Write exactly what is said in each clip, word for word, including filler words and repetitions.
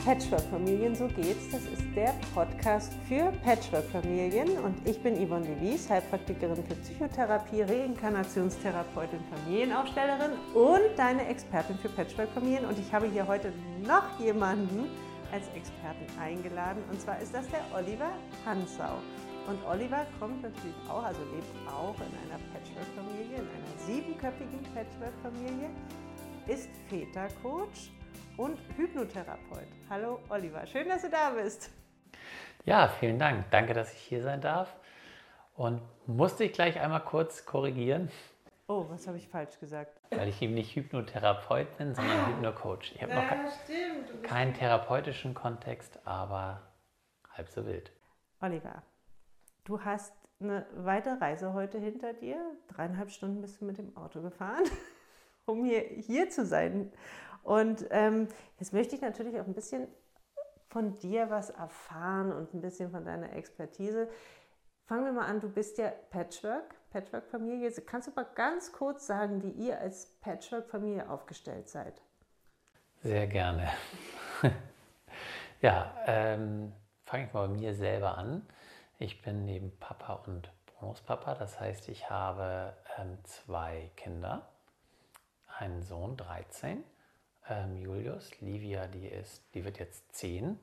Patchwork-Familien, so geht's. Das ist der Podcast für Patchwork-Familien und ich bin Yvonne Dewies, Heilpraktikerin für Psychotherapie, Reinkarnationstherapeutin, Familienaufstellerin und deine Expertin für Patchwork-Familien. Und ich habe hier heute noch jemanden als Experten eingeladen, und zwar ist das der Oliver Hansau. Und Oliver kommt natürlich auch, also lebt auch in einer Patchwork-Familie, in einer siebenköpfigen Patchwork-Familie, ist Vätercoach und Hypnotherapeut. Hallo Oliver, schön, dass du da bist. Ja, vielen Dank. Danke, dass ich hier sein darf. Und musste ich gleich einmal kurz korrigieren? Oh, was habe ich falsch gesagt? Weil ich eben nicht Hypnotherapeut bin, sondern ah, Hypnocoach. Ich habe noch ja, stimmt. keinen therapeutischen Kontext, aber halb so wild. Oliver, du hast eine weite Reise heute hinter dir. Dreieinhalb Stunden bist du mit dem Auto gefahren, um hier, hier zu sein. Und ähm, jetzt möchte ich natürlich auch ein bisschen von dir was erfahren und ein bisschen von deiner Expertise. Fangen wir mal an, du bist ja Patchwork, Patchwork-Familie. Kannst du mal ganz kurz sagen, wie ihr als Patchwork-Familie aufgestellt seid? Sehr gerne. ja, ähm, fange ich mal bei mir selber an. Ich bin neben Papa und Bonuspapa, das heißt, ich habe ähm, zwei Kinder, einen Sohn, dreizehn, ähm, Julius, Livia, die ist, die wird jetzt zehn,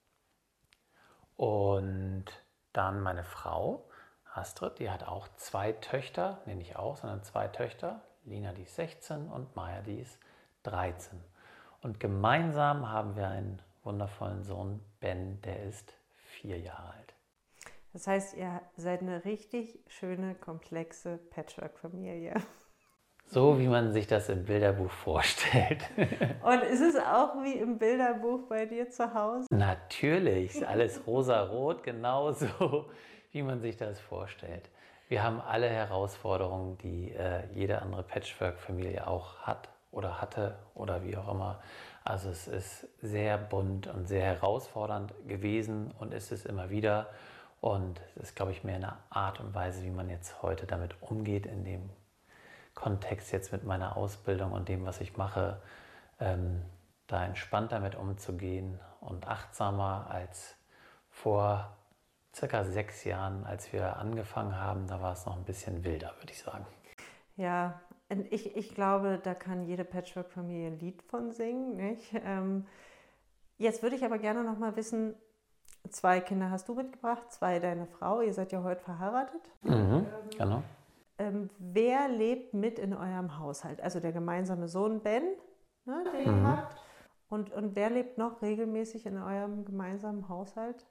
und dann meine Frau, Astrid, die hat auch zwei Töchter, nee, nicht auch, sondern zwei Töchter, Lina, die ist sechzehn, und Maya, die ist dreizehn. Und gemeinsam haben wir einen wundervollen Sohn, Ben, der ist vier Jahre alt. Das heißt, ihr seid eine richtig schöne, komplexe Patchwork-Familie. So wie man sich das im Bilderbuch vorstellt. Und ist es auch wie im Bilderbuch bei dir zu Hause? Natürlich, ist alles rosa-rot, genauso wie man sich das vorstellt. Wir haben alle Herausforderungen, die äh, jede andere Patchwork-Familie auch hat oder hatte oder wie auch immer. Also es ist sehr bunt und sehr herausfordernd gewesen und ist es immer wieder. Und es ist, glaube ich, mehr eine Art und Weise, wie man jetzt heute damit umgeht, in dem Kontext jetzt mit meiner Ausbildung und dem, was ich mache, ähm, da entspannt damit umzugehen und achtsamer als vor circa sechs Jahren, als wir angefangen haben. Da war es noch ein bisschen wilder, würde ich sagen. Ja, ich, ich glaube, da kann jede Patchwork-Familie ein Lied von singen, nicht? Ähm, jetzt würde ich aber gerne noch mal wissen, zwei Kinder hast du mitgebracht, zwei deine Frau, ihr seid ja heute verheiratet. Mhm, ähm, genau. Ähm, wer lebt mit in eurem Haushalt? Also der gemeinsame Sohn Ben, ne, den mhm. ihr habt. Und, und wer lebt noch regelmäßig in eurem gemeinsamen Haushalt?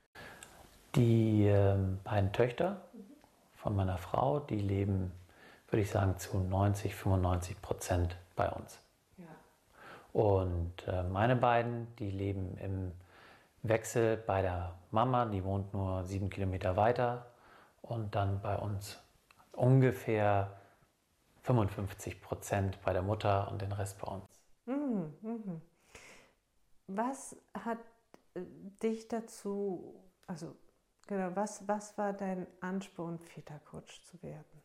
Die äh, beiden Töchter von meiner Frau, die leben, würde ich sagen, zu neunzig, fünfundneunzig Prozent bei uns. Ja. Und äh, meine beiden, die leben im Wechsel bei der Mama, die wohnt nur sieben Kilometer weiter, und dann bei uns ungefähr fünfundfünfzig Prozent bei der Mutter und den Rest bei uns. Mhm, mhm. Was hat dich dazu, also genau, was, was war dein Ansporn, Vätercoach zu werden?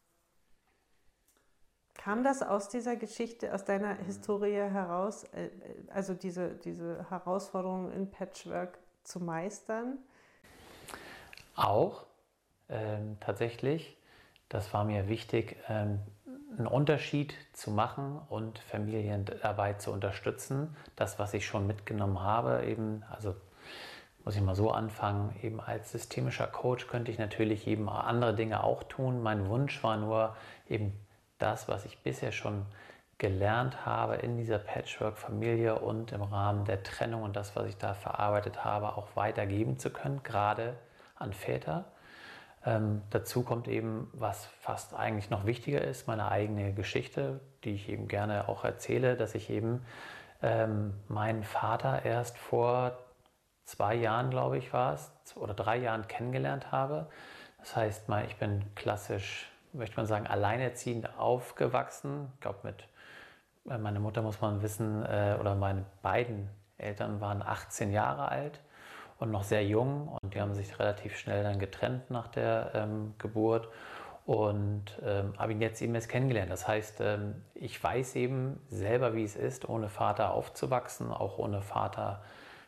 Kam das aus dieser Geschichte, aus deiner Historie heraus, also diese, diese Herausforderungen in Patchwork zu meistern? Auch, ähm, tatsächlich. Das war mir wichtig, ähm, einen Unterschied zu machen und Familien dabei zu unterstützen. Das, was ich schon mitgenommen habe, eben, also muss ich mal so anfangen, eben als systemischer Coach könnte ich natürlich eben andere Dinge auch tun. Mein Wunsch war nur eben das, was ich bisher schon gelernt habe in dieser Patchwork-Familie und im Rahmen der Trennung und das, was ich da verarbeitet habe, auch weitergeben zu können, gerade an Väter. Ähm, dazu kommt eben, was fast eigentlich noch wichtiger ist, meine eigene Geschichte, die ich eben gerne auch erzähle, dass ich eben ähm, meinen Vater erst vor zwei Jahren, glaube ich, war es, oder drei Jahren kennengelernt habe. Das heißt, ich bin klassisch, möchte man sagen, alleinerziehend aufgewachsen. Ich glaube, mit meine Mutter, muss man wissen, oder meine beiden Eltern waren achtzehn Jahre alt und noch sehr jung, und die haben sich relativ schnell dann getrennt nach der ähm, Geburt, und ähm, habe ihn jetzt eben erst kennengelernt. Das heißt, ähm, ich weiß eben selber, wie es ist, ohne Vater aufzuwachsen, auch ohne Vater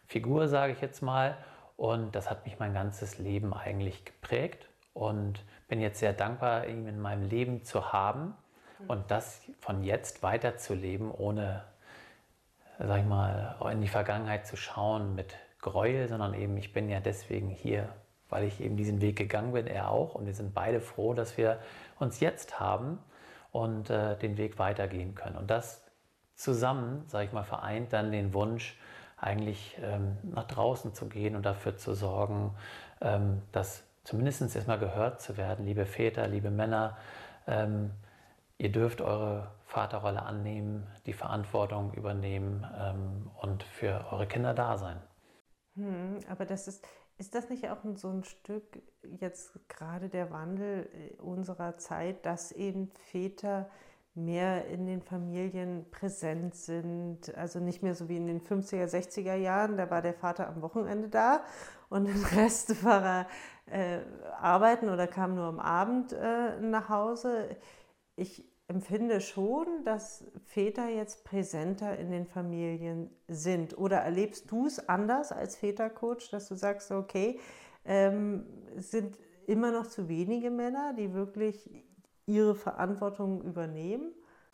Figur, sage ich jetzt mal. Und das hat mich mein ganzes Leben eigentlich geprägt und bin jetzt sehr dankbar, ihn in meinem Leben zu haben und das von jetzt weiterzuleben, ohne, sag ich mal, in die Vergangenheit zu schauen mit Gräuel, sondern eben, ich bin ja deswegen hier, weil ich eben diesen Weg gegangen bin, er auch. Und wir sind beide froh, dass wir uns jetzt haben und äh, den Weg weitergehen können. Und das zusammen, sage ich mal, vereint dann den Wunsch, eigentlich ähm, nach draußen zu gehen und dafür zu sorgen, ähm, dass zumindest erstmal gehört zu werden, liebe Väter, liebe Männer, ähm, ihr dürft eure Vaterrolle annehmen, die Verantwortung übernehmen ähm, und für eure Kinder da sein. Hm, aber das ist, ist das nicht auch so ein Stück jetzt gerade der Wandel unserer Zeit, dass eben Väter mehr in den Familien präsent sind, also nicht mehr so wie in den fünfziger, sechziger Jahren, da war der Vater am Wochenende da und den Rest war er äh, arbeiten oder kam nur am Abend äh, nach Hause. Ich empfinde schon, dass Väter jetzt präsenter in den Familien sind. Oder erlebst du es anders als Vätercoach, dass du sagst, okay, ähm, es sind immer noch zu wenige Männer, die wirklich ihre Verantwortung übernehmen?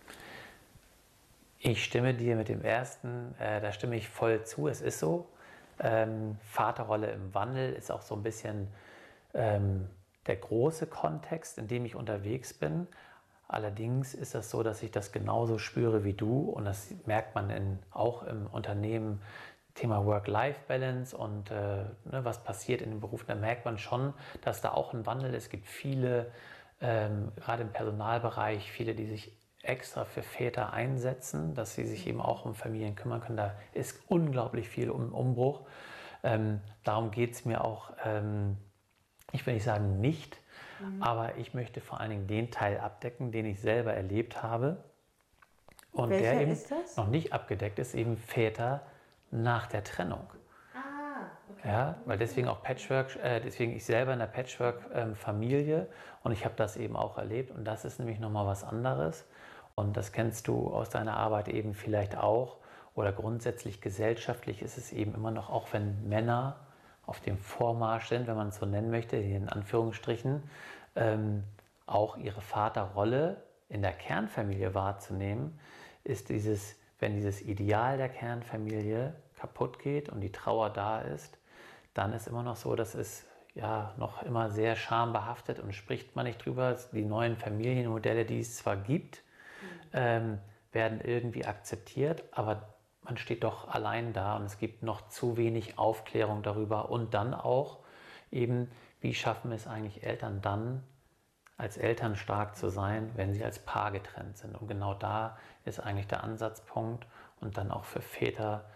Ich stimme dir mit dem ersten, äh, da stimme ich voll zu, es ist so. Ähm, Vaterrolle im Wandel ist auch so ein bisschen ähm, der große Kontext, in dem ich unterwegs bin. Allerdings ist das so, dass ich das genauso spüre wie du und das merkt man in, auch im Unternehmen, Thema Work-Life-Balance und äh, ne, was passiert in den Berufen, da merkt man schon, dass da auch ein Wandel ist. Es gibt viele, ähm, gerade im Personalbereich, viele, die sich extra für Väter einsetzen, dass sie sich eben auch um Familien kümmern können. Da ist unglaublich viel um Umbruch. Ähm, darum geht es mir auch, ähm, ich will nicht sagen nicht, mhm. aber ich möchte vor allen Dingen den Teil abdecken, den ich selber erlebt habe. Und Welcher der eben ist das? noch nicht abgedeckt ist, eben Väter nach der Trennung. Ah, okay. Ja, weil deswegen auch Patchwork, äh, deswegen ich selber in der Patchwork-Familie ähm, und ich habe das eben auch erlebt und das ist nämlich nochmal was anderes und das kennst du aus deiner Arbeit eben vielleicht auch oder grundsätzlich gesellschaftlich ist es eben immer noch, auch wenn Männer auf dem Vormarsch sind, wenn man es so nennen möchte, in Anführungsstrichen, ähm, auch ihre Vaterrolle in der Kernfamilie wahrzunehmen, ist dieses, wenn dieses Ideal der Kernfamilie kaputt geht und die Trauer da ist, dann ist immer noch so, dass es ja noch immer sehr schambehaftet und spricht man nicht drüber. Die neuen Familienmodelle, die es zwar gibt, mhm. ähm, werden irgendwie akzeptiert, aber man steht doch allein da und es gibt noch zu wenig Aufklärung darüber und dann auch eben, wie schaffen es eigentlich Eltern dann, als Eltern stark zu sein, wenn sie als Paar getrennt sind. Und genau da ist eigentlich der Ansatzpunkt und dann auch für Väter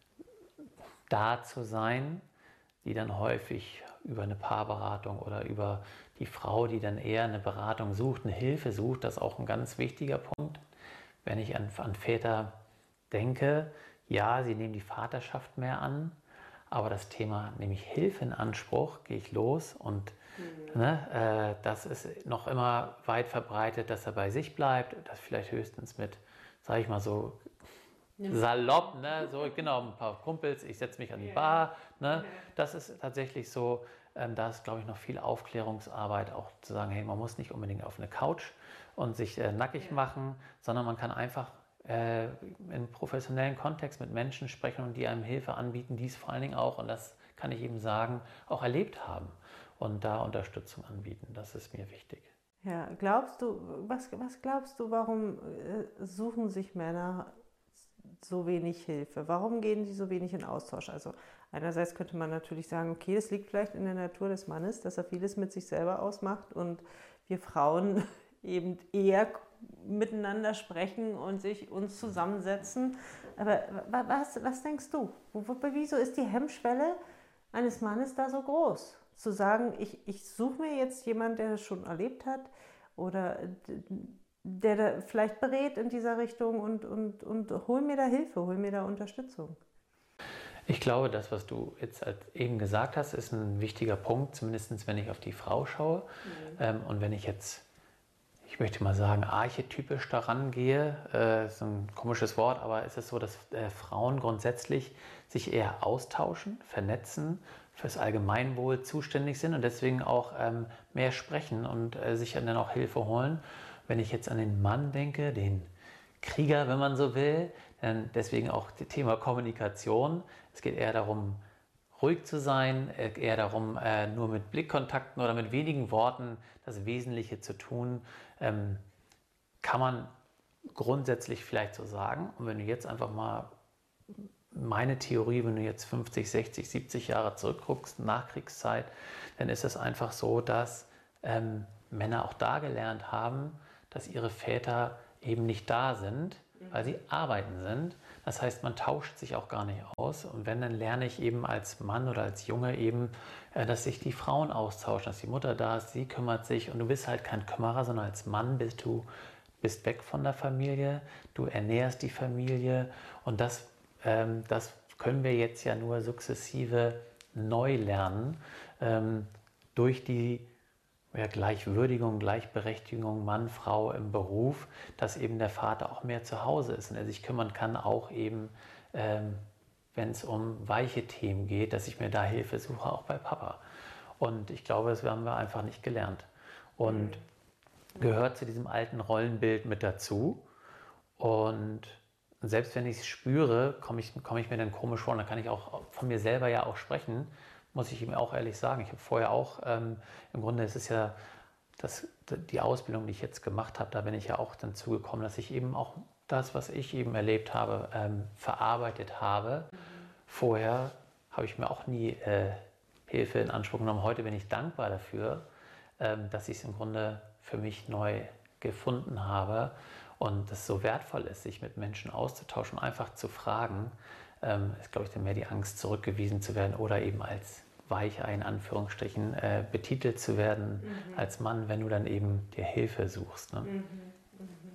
da zu sein, die dann häufig über eine Paarberatung oder über die Frau, die dann eher eine Beratung sucht, eine Hilfe sucht, das ist auch ein ganz wichtiger Punkt. Wenn ich an, an Väter denke, ja, sie nehmen die Vaterschaft mehr an, aber das Thema, nämlich Hilfe in Anspruch, gehe ich los und mhm. ne, äh, das ist noch immer weit verbreitet, dass er bei sich bleibt, das vielleicht höchstens mit, sage ich mal so, salopp, ne, so genau, ein paar Kumpels, ich setze mich an die Bar, ne, das ist tatsächlich so, ähm, da ist, glaube ich, noch viel Aufklärungsarbeit, auch zu sagen, hey, man muss nicht unbedingt auf eine Couch und sich äh, nackig machen, sondern man kann einfach äh, im professionellen Kontext mit Menschen sprechen und die einem Hilfe anbieten, die es vor allen Dingen auch, und das kann ich eben sagen, auch erlebt haben und da Unterstützung anbieten, das ist mir wichtig. Ja, glaubst du, was, was glaubst du, warum äh, suchen sich Männer so wenig Hilfe? Warum gehen sie so wenig in Austausch? Also einerseits könnte man natürlich sagen, okay, das liegt vielleicht in der Natur des Mannes, dass er vieles mit sich selber ausmacht und wir Frauen eben eher miteinander sprechen und sich uns zusammensetzen. Aber was, was denkst du? Wieso ist die Hemmschwelle eines Mannes da so groß? Zu sagen, ich, ich suche mir jetzt jemanden, der das schon erlebt hat oder der da vielleicht berät in dieser Richtung und, und, und hol mir da Hilfe, hol mir da Unterstützung. Ich glaube, das, was du jetzt eben gesagt hast, ist ein wichtiger Punkt, zumindest wenn ich auf die Frau schaue. Mhm. Ähm, und wenn ich jetzt, ich ich möchte mal sagen, archetypisch daran gehe. Äh, ist ein komisches Wort, aber es ist so, dass äh, Frauen grundsätzlich sich eher austauschen, vernetzen, fürs Allgemeinwohl zuständig sind und deswegen auch ähm, mehr sprechen und äh, sich dann auch Hilfe holen. Wenn ich jetzt an den Mann denke, den Krieger, wenn man so will, dann deswegen auch das Thema Kommunikation. Es geht eher darum, ruhig zu sein, eher darum, äh, nur mit Blickkontakten oder mit wenigen Worten das Wesentliche zu tun, ähm, kann man grundsätzlich vielleicht so sagen. Und wenn du jetzt einfach mal meine Theorie, wenn du jetzt fünfzig, sechzig, siebzig Jahre zurückguckst, Nachkriegszeit, dann ist es einfach so, dass ähm, Männer auch da gelernt haben, dass ihre Väter eben nicht da sind, weil sie arbeiten sind. Das heißt, man tauscht sich auch gar nicht aus. Und wenn, dann lerne ich eben als Mann oder als Junge eben, äh, dass sich die Frauen austauschen, dass die Mutter da ist, sie kümmert sich und du bist halt kein Kümmerer, sondern als Mann bist du bist weg von der Familie, du ernährst die Familie und das, ähm, das können wir jetzt ja nur sukzessive neu lernen ähm, durch die ja, Gleichwürdigung, Gleichberechtigung, Mann, Frau im Beruf, dass eben der Vater auch mehr zu Hause ist und er sich kümmern kann, auch eben, ähm, wenn es um weiche Themen geht, dass ich mir da Hilfe suche, auch bei Papa. Und ich glaube, das haben wir einfach nicht gelernt. Und gehört zu diesem alten Rollenbild mit dazu. Und selbst wenn ich es spüre, komme ich, komme ich mir dann komisch vor. Und dann kann ich auch von mir selber ja auch sprechen, muss ich ihm auch ehrlich sagen. Ich habe vorher auch, ähm, im Grunde ist es ja das, die Ausbildung, die ich jetzt gemacht habe, da bin ich ja auch dann zugekommen, dass ich eben auch das, was ich eben erlebt habe, ähm, verarbeitet habe. Mhm. Vorher habe ich mir auch nie äh, Hilfe in Anspruch genommen. Heute bin ich dankbar dafür, ähm, dass ich es im Grunde für mich neu gefunden habe und es so wertvoll ist, sich mit Menschen auszutauschen, einfach zu fragen, ähm, ist, glaube ich, dann mehr die Angst, zurückgewiesen zu werden oder eben als Weichei in Anführungsstrichen äh, betitelt zu werden mhm. als Mann, wenn du dann eben dir Hilfe suchst. Ne? Mhm. Mhm.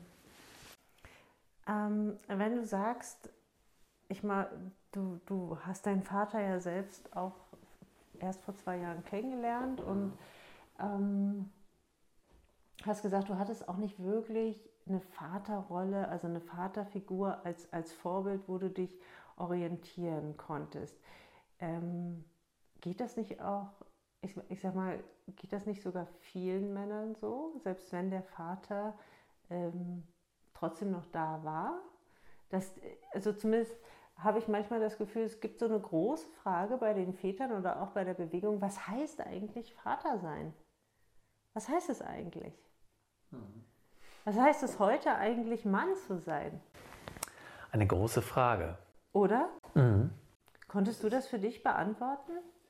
Ähm, wenn du sagst, ich mal, du, du hast deinen Vater ja selbst auch erst vor zwei Jahren kennengelernt und ähm, hast gesagt, du hattest auch nicht wirklich eine Vaterrolle, also eine Vaterfigur als, als Vorbild, wo du dich orientieren konntest. Ähm, geht das nicht auch, ich, ich sag mal, geht das nicht sogar vielen Männern so, selbst wenn der Vater ähm, trotzdem noch da war? Das, also zumindest habe ich manchmal das Gefühl, es gibt so eine große Frage bei den Vätern oder auch bei der Bewegung, was heißt eigentlich Vater sein? Was heißt es eigentlich? Was heißt es heute eigentlich, Mann zu sein? Eine große Frage. Oder? Mhm. Konntest du das für dich beantworten?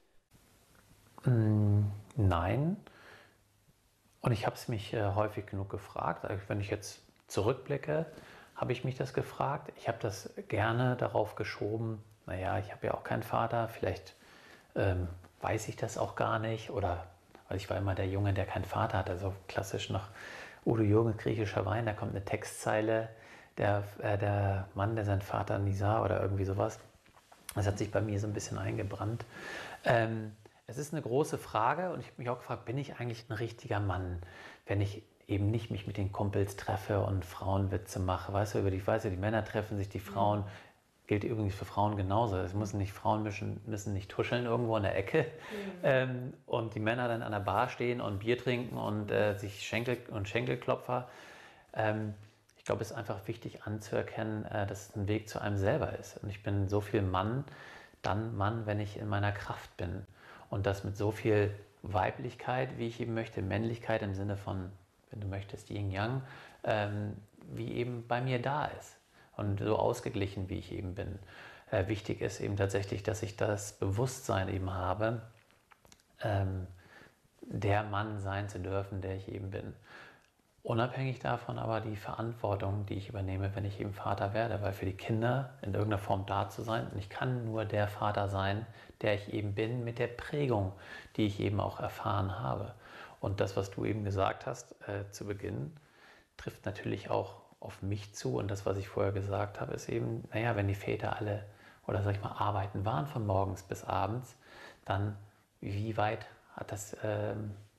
Mhm, nein. Und ich habe es mich äh, häufig genug gefragt. Also wenn ich jetzt zurückblicke, habe ich mich das gefragt. Ich habe das gerne darauf geschoben, naja, ich habe ja auch keinen Vater, vielleicht ähm, weiß ich das auch gar nicht. Oder weil ich war immer der Junge, der keinen Vater hatte, so klassisch nach Udo Jürgens Griechischer Wein, da kommt eine Textzeile, der, äh, der Mann, der seinen Vater nie sah oder irgendwie sowas. Das hat sich bei mir so ein bisschen eingebrannt. Ähm, es ist eine große Frage und ich habe mich auch gefragt, bin ich eigentlich ein richtiger Mann, wenn ich eben nicht mich mit den Kumpels treffe und Frauenwitze mache. Weißt du, über die, ich weiß ja, die Männer treffen sich, die Frauen, mhm. gilt übrigens für Frauen genauso. Es müssen nicht Frauen müssen, müssen nicht tuscheln irgendwo in der Ecke mhm. ähm, und die Männer dann an der Bar stehen und Bier trinken und äh, sich Schenkel und Schenkelklopfer. Ähm, ich glaube, es ist einfach wichtig anzuerkennen, äh, dass es ein Weg zu einem selber ist. Und ich bin so viel Mann, dann Mann, wenn ich in meiner Kraft bin. Und das mit so viel Weiblichkeit, wie ich eben möchte, Männlichkeit im Sinne von, wenn du möchtest, Yin-Yang, ähm, wie eben bei mir da ist. Und so ausgeglichen, wie ich eben bin. Äh, wichtig ist eben tatsächlich, dass ich das Bewusstsein eben habe, ähm, der Mann sein zu dürfen, der ich eben bin. Unabhängig davon aber die Verantwortung, die ich übernehme, wenn ich eben Vater werde, weil für die Kinder in irgendeiner Form da zu sein, und ich kann nur der Vater sein, der ich eben bin, mit der Prägung, die ich eben auch erfahren habe. Und das, was du eben gesagt hast äh, zu Beginn, trifft natürlich auch auf mich zu. Und das, was ich vorher gesagt habe, ist eben, naja, wenn die Väter alle, oder sag ich mal, arbeiten waren von morgens bis abends, dann wie weit hat das ähm,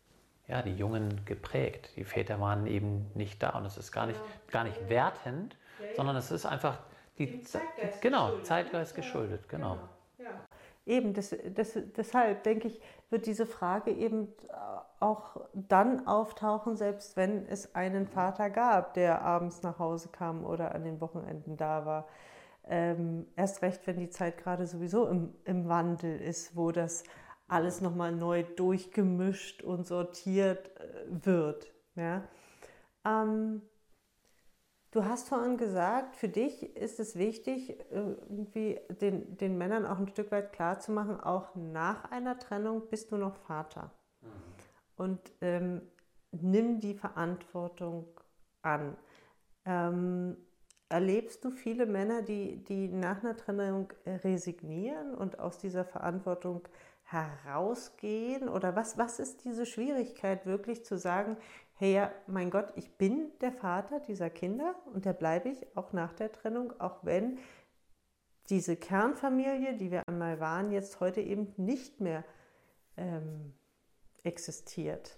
ja, die Jungen geprägt. Die Väter waren eben nicht da und es ist gar nicht, ja. gar nicht wertend, ja, ja. sondern es ist einfach die Zeitgeist genau, geschuldet. Zeitgeist geschuldet, genau. genau. Ja. Eben, das, das, deshalb denke ich, wird diese Frage eben auch dann auftauchen, selbst wenn es einen Vater gab, der abends nach Hause kam oder an den Wochenenden da war. Ähm, erst recht, wenn die Zeit gerade sowieso im, im Wandel ist, wo das alles nochmal neu durchgemischt und sortiert äh, wird. Ja? Ähm, Du hast vorhin gesagt, für dich ist es wichtig, irgendwie den, den Männern auch ein Stück weit klarzumachen, auch nach einer Trennung bist du noch Vater. Mhm. Und ähm, nimm die Verantwortung an. Ähm, erlebst du viele Männer, die, die nach einer Trennung resignieren und aus dieser Verantwortung herausgehen? Oder was, was ist diese Schwierigkeit, wirklich zu sagen, hey, ja, mein Gott, ich bin der Vater dieser Kinder und der bleibe ich auch nach der Trennung, auch wenn diese Kernfamilie, die wir einmal waren, jetzt heute eben nicht mehr ähm, existiert.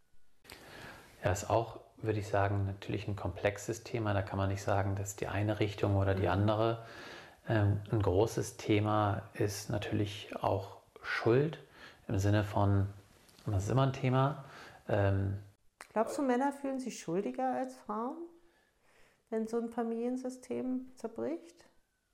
Ja, ist auch, würde ich sagen, natürlich ein komplexes Thema. Da kann man nicht sagen, das ist die eine Richtung oder die andere. Ähm, ein großes Thema ist natürlich auch Schuld im Sinne von, und das ist immer ein Thema, ähm, Glaubst du, Männer fühlen sich schuldiger als Frauen, wenn so ein Familiensystem zerbricht?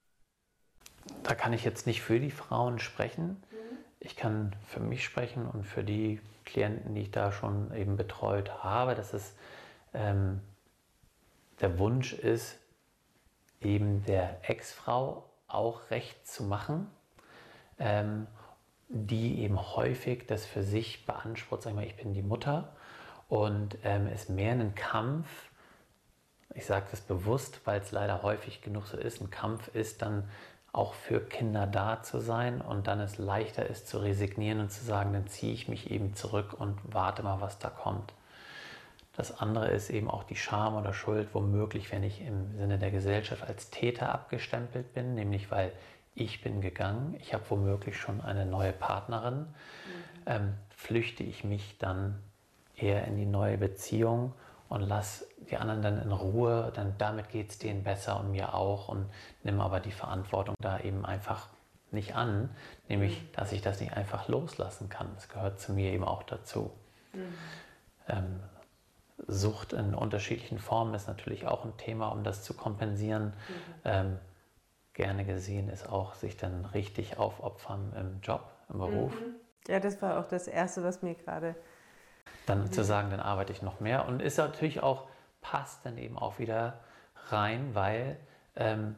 Da kann ich jetzt nicht für die Frauen sprechen. Mhm. Ich kann für mich sprechen und für die Klienten, die ich da schon eben betreut habe, dass es ähm, der Wunsch ist, eben der Ex-Frau auch recht zu machen, ähm, die eben häufig das für sich beansprucht, sag ich mal, ich bin die Mutter. Und ähm, es mehr ein Kampf, ich sage das bewusst, weil es leider häufig genug so ist, ein Kampf ist dann auch für Kinder da zu sein und dann es leichter ist zu resignieren und zu sagen, dann ziehe ich mich eben zurück und warte mal, was da kommt. Das andere ist eben auch die Scham oder Schuld, womöglich, wenn ich im Sinne der Gesellschaft als Täter abgestempelt bin, nämlich weil ich bin gegangen, ich habe womöglich schon eine neue Partnerin, mhm. ähm, flüchte ich mich dann eher in die neue Beziehung und lass die anderen dann in Ruhe, dann damit geht es denen besser und mir auch und nimm aber die Verantwortung da eben einfach nicht an, nämlich, mhm. dass ich das nicht einfach loslassen kann. Das gehört zu mir eben auch dazu. Mhm. Ähm, Sucht in unterschiedlichen Formen ist natürlich auch ein Thema, um das zu kompensieren. Mhm. Ähm, gerne gesehen ist auch, sich dann richtig aufopfern im Job, im Beruf. Mhm. Ja, das war auch das Erste, was mir gerade... Dann mhm. zu sagen, dann arbeite ich noch mehr. Und ist natürlich auch, passt dann eben auch wieder rein, weil ähm,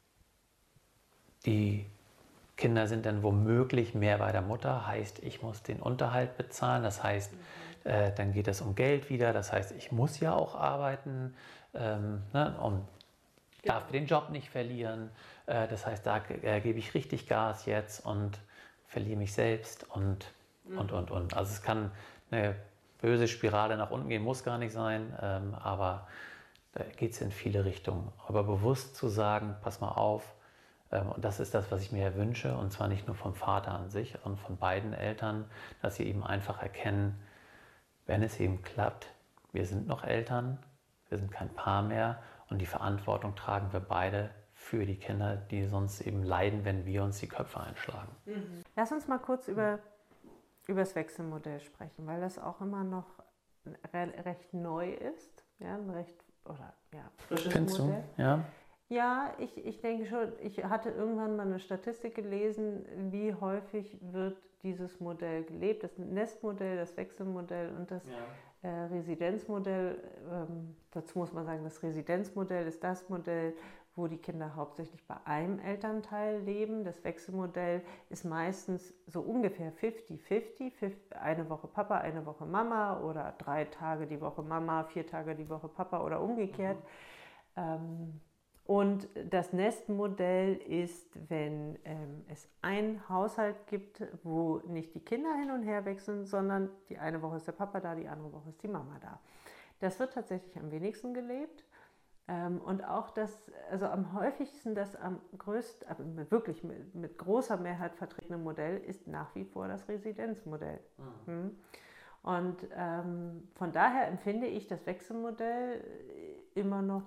die Kinder sind dann womöglich mehr bei der Mutter, heißt, ich muss den Unterhalt bezahlen, das heißt, mhm. äh, dann geht es um Geld wieder, das heißt, ich muss ja auch arbeiten ähm, ne, und darf den Job nicht verlieren, äh, das heißt, da äh, gebe ich richtig Gas jetzt und verliere mich selbst und, mhm. und, und, und. Also es kann eine böse Spirale nach unten gehen, muss gar nicht sein, ähm, aber da geht es in viele Richtungen. Aber bewusst zu sagen, pass mal auf, und das ist das, was ich mir wünsche, und zwar nicht nur vom Vater an sich, sondern von beiden Eltern, dass sie eben einfach erkennen, wenn es eben klappt, wir sind noch Eltern, wir sind kein Paar mehr und die Verantwortung tragen wir beide für die Kinder, die sonst eben leiden, wenn wir uns die Köpfe einschlagen. Mhm. Lass uns mal kurz über, über das Wechselmodell sprechen, weil das auch immer noch re- recht neu ist, ja, ein recht oder ja, frisches Kennst Modell. Du? Ja. Ja, ich, ich denke schon, ich hatte irgendwann mal eine Statistik gelesen, wie häufig wird dieses Modell gelebt, das Nestmodell, das Wechselmodell und das ja. äh, Residenzmodell. Ähm, dazu muss man sagen, das Residenzmodell ist das Modell, wo die Kinder hauptsächlich bei einem Elternteil leben. Das Wechselmodell ist meistens so ungefähr fünfzig fünfzig, eine Woche Papa, eine Woche Mama oder drei Tage die Woche Mama, vier Tage die Woche Papa oder umgekehrt. Mhm. Ähm, Und das Nestmodell ist, wenn ähm, es einen Haushalt gibt, wo nicht die Kinder hin und her wechseln, sondern die eine Woche ist der Papa da, die andere Woche ist die Mama da. Das wird tatsächlich am wenigsten gelebt. Ähm, und auch das, also am häufigsten das am größten, also wirklich mit, mit großer Mehrheit vertretene Modell ist nach wie vor das Residenzmodell. Mhm. Und ähm, von daher empfinde ich das Wechselmodell immer noch,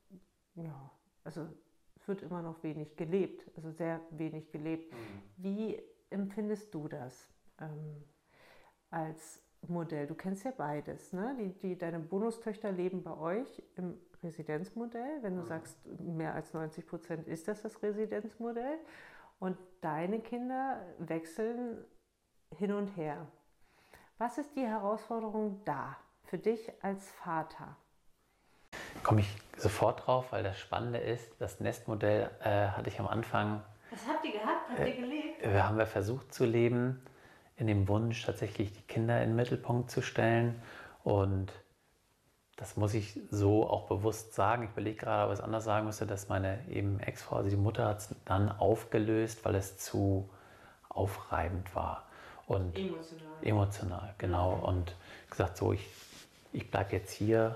ja, also es wird immer noch wenig gelebt, also sehr wenig gelebt. Mhm. Wie empfindest du das ähm, als Modell? Du kennst ja beides, ne? Die, die, deine Bonustöchter leben bei euch im Residenzmodell. Wenn du mhm. sagst, mehr als neunzig Prozent ist das das Residenzmodell. Und deine Kinder wechseln hin und her. Was ist die Herausforderung da für dich als Vater? Komme ich sofort drauf, weil das Spannende ist, das Nestmodell äh, hatte ich am Anfang. Was habt ihr gehabt? Habt ihr gelebt? Äh, haben wir versucht zu leben, in dem Wunsch tatsächlich die Kinder in den Mittelpunkt zu stellen. Und das muss ich so auch bewusst sagen. Ich überlege gerade, was anders sagen müsste, dass meine eben Ex-Frau, also die Mutter, hat es dann aufgelöst, weil es zu aufreibend war. Und emotional. Emotional, genau. Und gesagt, so, ich, ich bleibe jetzt hier.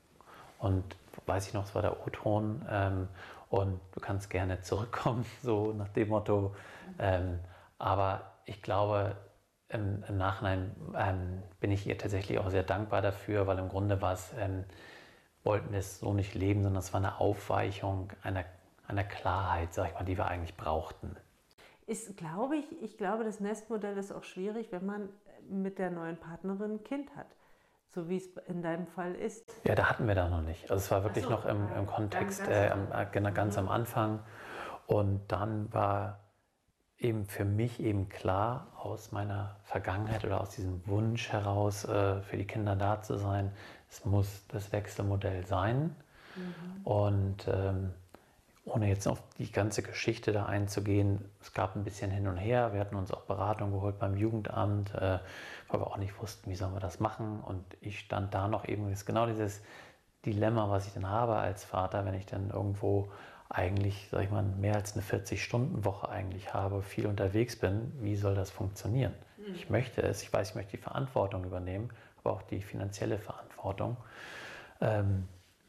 Und weiß ich noch, es war der O-Ton. Ähm, und du kannst gerne zurückkommen, so nach dem Motto. Ähm, aber ich glaube, im, im Nachhinein ähm, bin ich ihr tatsächlich auch sehr dankbar dafür, weil im Grunde war es, ähm, wollten wir es so nicht leben, sondern es war eine Aufweichung einer, einer Klarheit, sag ich mal, die wir eigentlich brauchten. Ist, glaube ich, ich glaube, das Nestmodell ist auch schwierig, wenn man mit der neuen Partnerin ein Kind hat. So wie es in deinem Fall ist. Ja, da hatten wir das noch nicht. Also es war wirklich so, noch im, im Kontext, ganz, äh, am, ganz mhm. am Anfang. Und dann war eben für mich eben klar aus meiner Vergangenheit oder aus diesem Wunsch heraus, äh, für die Kinder da zu sein, es muss das Wechselmodell sein. Mhm. Und ähm, ohne jetzt auf die ganze Geschichte da einzugehen, es gab ein bisschen hin und her. Wir hatten uns auch Beratung geholt beim Jugendamt, äh, weil wir auch nicht wussten, wie sollen wir das machen. Und ich stand da noch eben, das ist genau dieses Dilemma, was ich dann habe als Vater, wenn ich dann irgendwo eigentlich, sag ich mal, mehr als eine vierzig-Stunden-Woche eigentlich habe, viel unterwegs bin. Wie soll das funktionieren? Mhm. Ich möchte es, ich weiß, ich möchte die Verantwortung übernehmen, aber auch die finanzielle Verantwortung. Ähm,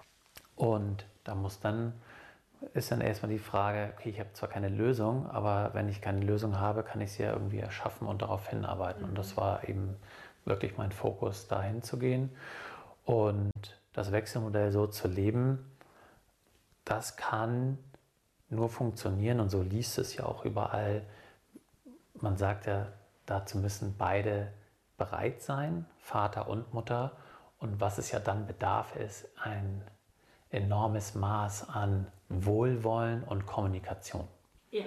und da muss dann ist dann erstmal die Frage, okay, ich habe zwar keine Lösung, aber wenn ich keine Lösung habe, kann ich sie ja irgendwie erschaffen und darauf hinarbeiten. Mhm. Und das war eben wirklich mein Fokus, dahin zu gehen. Und das Wechselmodell so zu leben, das kann nur funktionieren und so liest es ja auch überall. Man sagt ja, dazu müssen beide bereit sein, Vater und Mutter. Und was es ja dann bedarf, ist ein enormes Maß an Wohlwollen und Kommunikation. Ja.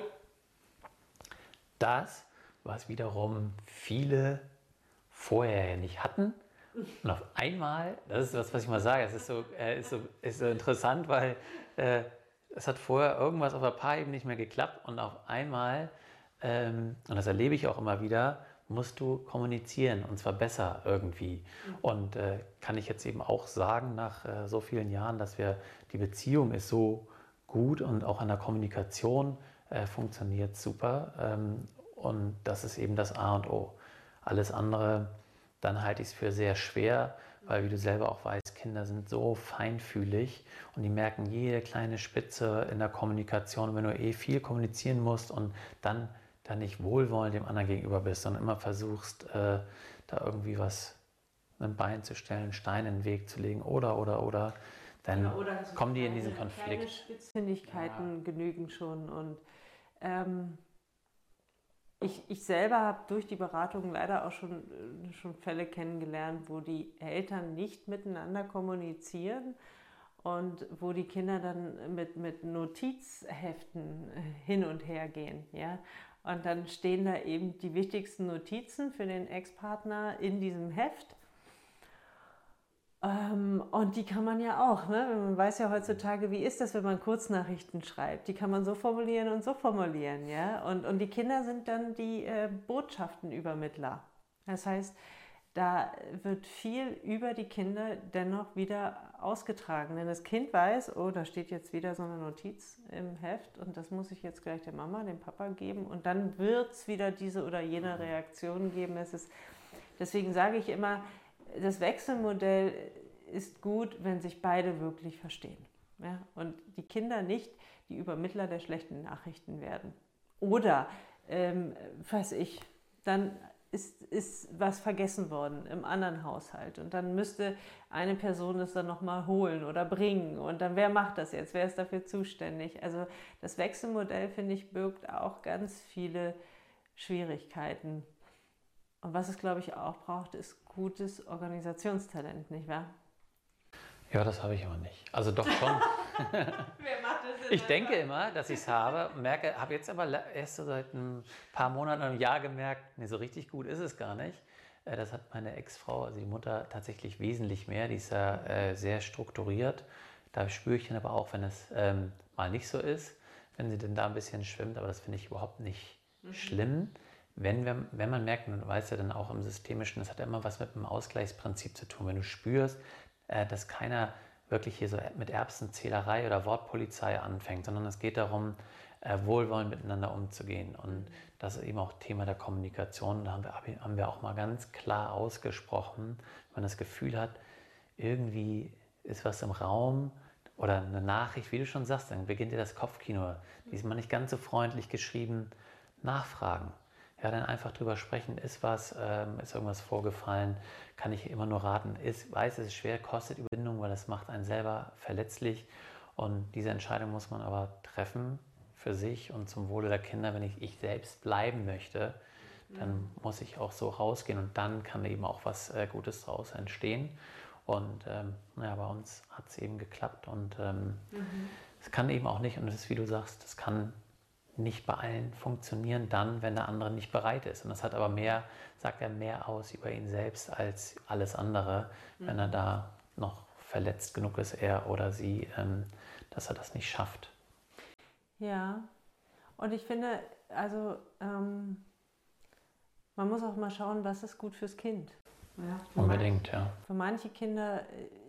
Das, was wiederum viele vorher nicht hatten. Und auf einmal, das ist das, was ich mal sage, es ist so, äh, ist so, ist so interessant, weil äh, es hat vorher irgendwas auf der Paarebene nicht mehr geklappt und auf einmal, ähm, und das erlebe ich auch immer wieder, musst du kommunizieren und zwar besser irgendwie. Mhm. Und äh, kann ich jetzt eben auch sagen, nach äh, so vielen Jahren, dass wir, die Beziehung ist so gut und auch an der Kommunikation äh, funktioniert super. Ähm, und das ist eben das A und O. Alles andere, dann halte ich es für sehr schwer, weil wie du selber auch weißt, Kinder sind so feinfühlig und die merken jede kleine Spitze in der Kommunikation, wenn du eh viel kommunizieren musst und dann dann nicht wohlwollend dem anderen gegenüber bist, sondern immer versuchst, äh, da irgendwie was ein Bein zu stellen, Steine in den Weg zu legen oder, oder, oder, dann ja, oder so kommen die in diesen Konflikt. Kleine Spitzfindigkeiten ja. genügen schon. Und ähm, ich, ich selber habe durch die Beratung leider auch schon, schon Fälle kennengelernt, wo die Eltern nicht miteinander kommunizieren und wo die Kinder dann mit, mit Notizheften hin und her gehen. Ja? Und dann stehen da eben die wichtigsten Notizen für den Ex-Partner in diesem Heft. Ähm, und die kann man ja auch, ne? Man weiß ja heutzutage, wie ist das, wenn man Kurznachrichten schreibt. Die kann man so formulieren und so formulieren. Ja? Und, und die Kinder sind dann die äh, Botschaftenübermittler. Das heißt, da wird viel über die Kinder dennoch wieder ausgetragen. Denn das Kind weiß, oh, da steht jetzt wieder so eine Notiz im Heft und das muss ich jetzt gleich der Mama, dem Papa geben. Und dann wird es wieder diese oder jene Reaktion geben. Es ist, deswegen sage ich immer, das Wechselmodell ist gut, wenn sich beide wirklich verstehen. Ja? Und die Kinder nicht die Übermittler der schlechten Nachrichten werden. Oder, ähm, weiß ich, dann ist, ist was vergessen worden im anderen Haushalt. Und dann müsste eine Person das dann nochmal holen oder bringen. Und dann, wer macht das jetzt? Wer ist dafür zuständig? Also das Wechselmodell, finde ich, birgt auch ganz viele Schwierigkeiten. Und was es, glaube ich, auch braucht, ist gutes Organisationstalent, nicht wahr? Ja, das habe ich aber nicht. Also doch schon. Wer macht das Ich denke immer, dass ich es habe, merke, habe jetzt aber erst so seit ein paar Monaten, einem Jahr gemerkt, nee, so richtig gut ist es gar nicht. Das hat meine Ex-Frau, also die Mutter, tatsächlich wesentlich mehr. Die ist ja äh, sehr strukturiert. Da spüre ich dann aber auch, wenn es ähm, mal nicht so ist, wenn sie denn da ein bisschen schwimmt. Aber das finde ich überhaupt nicht mhm. schlimm. Wenn, wir, wenn man merkt, man weiß ja dann auch im Systemischen, das hat ja immer was mit dem Ausgleichsprinzip zu tun. Wenn du spürst, äh, dass keiner wirklich hier so mit Erbsenzählerei oder Wortpolizei anfängt, sondern es geht darum, äh, wohlwollend miteinander umzugehen. Und das ist eben auch Thema der Kommunikation. Da haben wir, haben wir auch mal ganz klar ausgesprochen, wenn man das Gefühl hat, irgendwie ist was im Raum oder eine Nachricht, wie du schon sagst, dann beginnt dir das Kopfkino. Die ist mal nicht ganz so freundlich geschrieben, nachfragen. Ja, dann einfach drüber sprechen, ist was, ähm, ist irgendwas vorgefallen, kann ich immer nur raten. Ich weiß, es ist schwer, kostet Überwindung, weil das macht einen selber verletzlich. Und diese Entscheidung muss man aber treffen für sich und zum Wohle der Kinder. Wenn ich ich selbst bleiben möchte, dann muss ich auch so rausgehen und dann kann eben auch was äh, Gutes daraus entstehen. Und ähm, naja, bei uns hat es eben geklappt und ähm, mhm. es kann eben auch nicht, und es ist, wie du sagst, es kann nicht bei allen funktionieren dann, wenn der andere nicht bereit ist. Und das hat aber mehr, sagt er mehr aus über ihn selbst als alles andere, mhm. wenn er da noch verletzt genug ist, er oder sie, ähm, dass er das nicht schafft. Ja, und ich finde, also ähm, man muss auch mal schauen, was ist gut fürs Kind. Ja, für Unbedingt, manche, ja. Für manche Kinder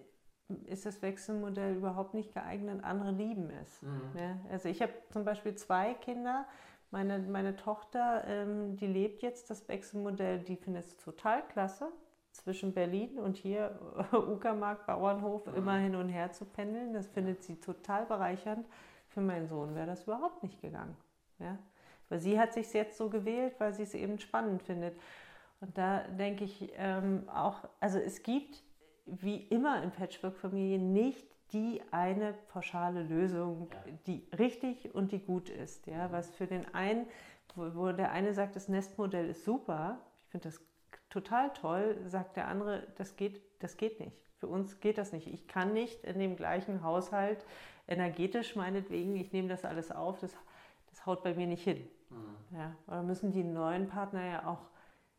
ist das Wechselmodell überhaupt nicht geeignet, andere lieben es. Mhm. Ja, also ich habe zum Beispiel zwei Kinder, meine, meine Tochter, ähm, die lebt jetzt das Wechselmodell, die findet es total klasse, zwischen Berlin und hier Uckermark, Bauernhof, mhm. immer hin und her zu pendeln, das findet sie total bereichernd. Für meinen Sohn wäre das überhaupt nicht gegangen. Ja? Weil sie hat sich jetzt so gewählt, weil sie es eben spannend findet. Und da denke ich ähm, auch, also es gibt wie immer in Patchwork-Familien nicht die eine pauschale Lösung, ja. die richtig und die gut ist. Ja? Was für den einen, wo, wo der eine sagt, das Nestmodell ist super, ich finde das total toll, sagt der andere, das geht, das geht nicht. Für uns geht das nicht. Ich kann nicht in dem gleichen Haushalt, energetisch meinetwegen, ich nehme das alles auf, das, das haut bei mir nicht hin. Mhm. Ja? Oder müssen die neuen Partner ja auch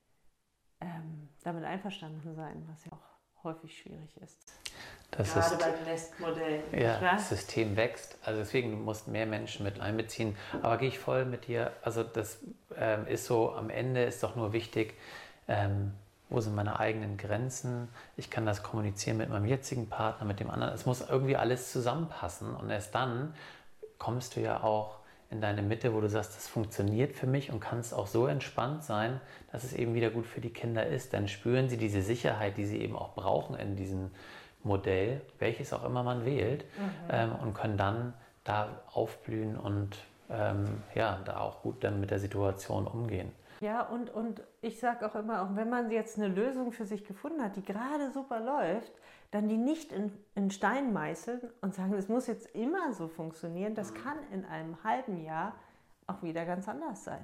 ähm, damit einverstanden sein, was ja auch häufig schwierig ist. Das Gerade ist, beim Nestmodell. Ja, das System wächst. Also deswegen, du musst mehr Menschen mit einbeziehen. Aber gehe ich voll mit dir. Also das ähm, ist so, am Ende ist doch nur wichtig, ähm, wo sind meine eigenen Grenzen? Ich kann das kommunizieren mit meinem jetzigen Partner, mit dem anderen. Es muss irgendwie alles zusammenpassen. Und erst dann kommst du ja auch in deine Mitte, wo du sagst, das funktioniert für mich und kannst auch so entspannt sein, dass es eben wieder gut für die Kinder ist. Dann spüren sie diese Sicherheit, die sie eben auch brauchen in diesem Modell, welches auch immer man wählt, mhm. ähm, und können dann da aufblühen und ähm, ja, da auch gut dann mit der Situation umgehen. Ja, und, und ich sage auch immer, auch wenn man jetzt eine Lösung für sich gefunden hat, die gerade super läuft, dann die nicht in, in Stein meißeln und sagen, das muss jetzt immer so funktionieren. Das kann in einem halben Jahr auch wieder ganz anders sein.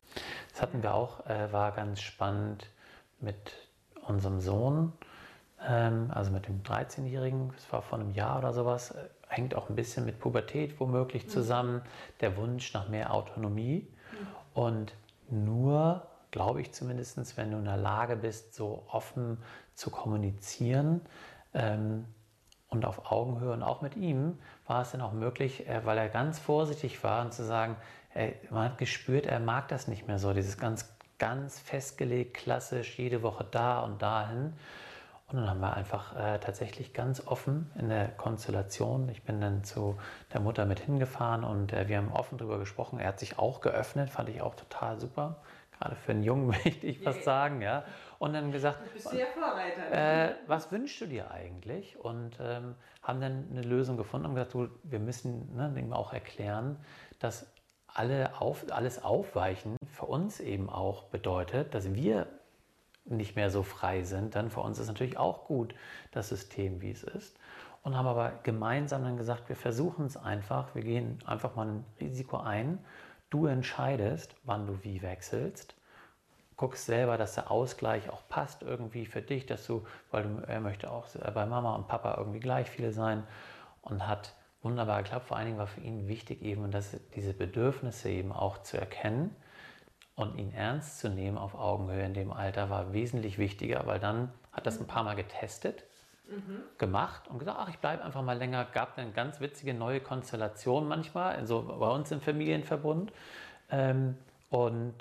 Das hatten wir auch, äh, war ganz spannend mit unserem Sohn, ähm, also mit dem dreizehnjährigen, das war vor einem Jahr oder sowas, äh, hängt auch ein bisschen mit Pubertät womöglich zusammen, mhm. der Wunsch nach mehr Autonomie mhm. und nur, glaube ich zumindest, wenn du in der Lage bist, so offen zu kommunizieren ähm, und auf Augenhöhe und auch mit ihm, war es dann auch möglich, äh, weil er ganz vorsichtig war und zu sagen, ey, man hat gespürt, er mag das nicht mehr so, dieses ganz, ganz festgelegt, klassisch, jede Woche da und dahin. Und dann haben wir einfach äh, tatsächlich ganz offen in der Konstellation, ich bin dann zu der Mutter mit hingefahren und äh, wir haben offen darüber gesprochen. Er hat sich auch geöffnet, fand ich auch total super. Gerade für einen Jungen möchte ich fast sagen. Ja. Und dann gesagt, du bist ja Vorreiter. Äh, was wünschst du dir eigentlich? Und ähm, haben dann eine Lösung gefunden und gesagt, du, wir müssen ne, dem auch erklären, dass alle auf, alles Aufweichen für uns eben auch bedeutet, dass wir nicht mehr so frei sind, dann für uns ist natürlich auch gut, das System, wie es ist. Und haben aber gemeinsam dann gesagt, wir versuchen es einfach, wir gehen einfach mal ein Risiko ein. Du entscheidest, wann du wie wechselst. Guckst selber, dass der Ausgleich auch passt irgendwie für dich, dass du, weil du, er möchte auch bei Mama und Papa irgendwie gleich viele sein und hat wunderbar geklappt. Vor allen Dingen war für ihn wichtig eben, dass diese Bedürfnisse eben auch zu erkennen und ihn ernst zu nehmen auf Augenhöhe in dem Alter war wesentlich wichtiger, weil dann hat das ein paar Mal getestet, mhm. gemacht und gesagt, ach, ich bleibe einfach mal länger. Gab dann ganz witzige neue Konstellationen manchmal, also bei uns im Familienverbund. Ähm, und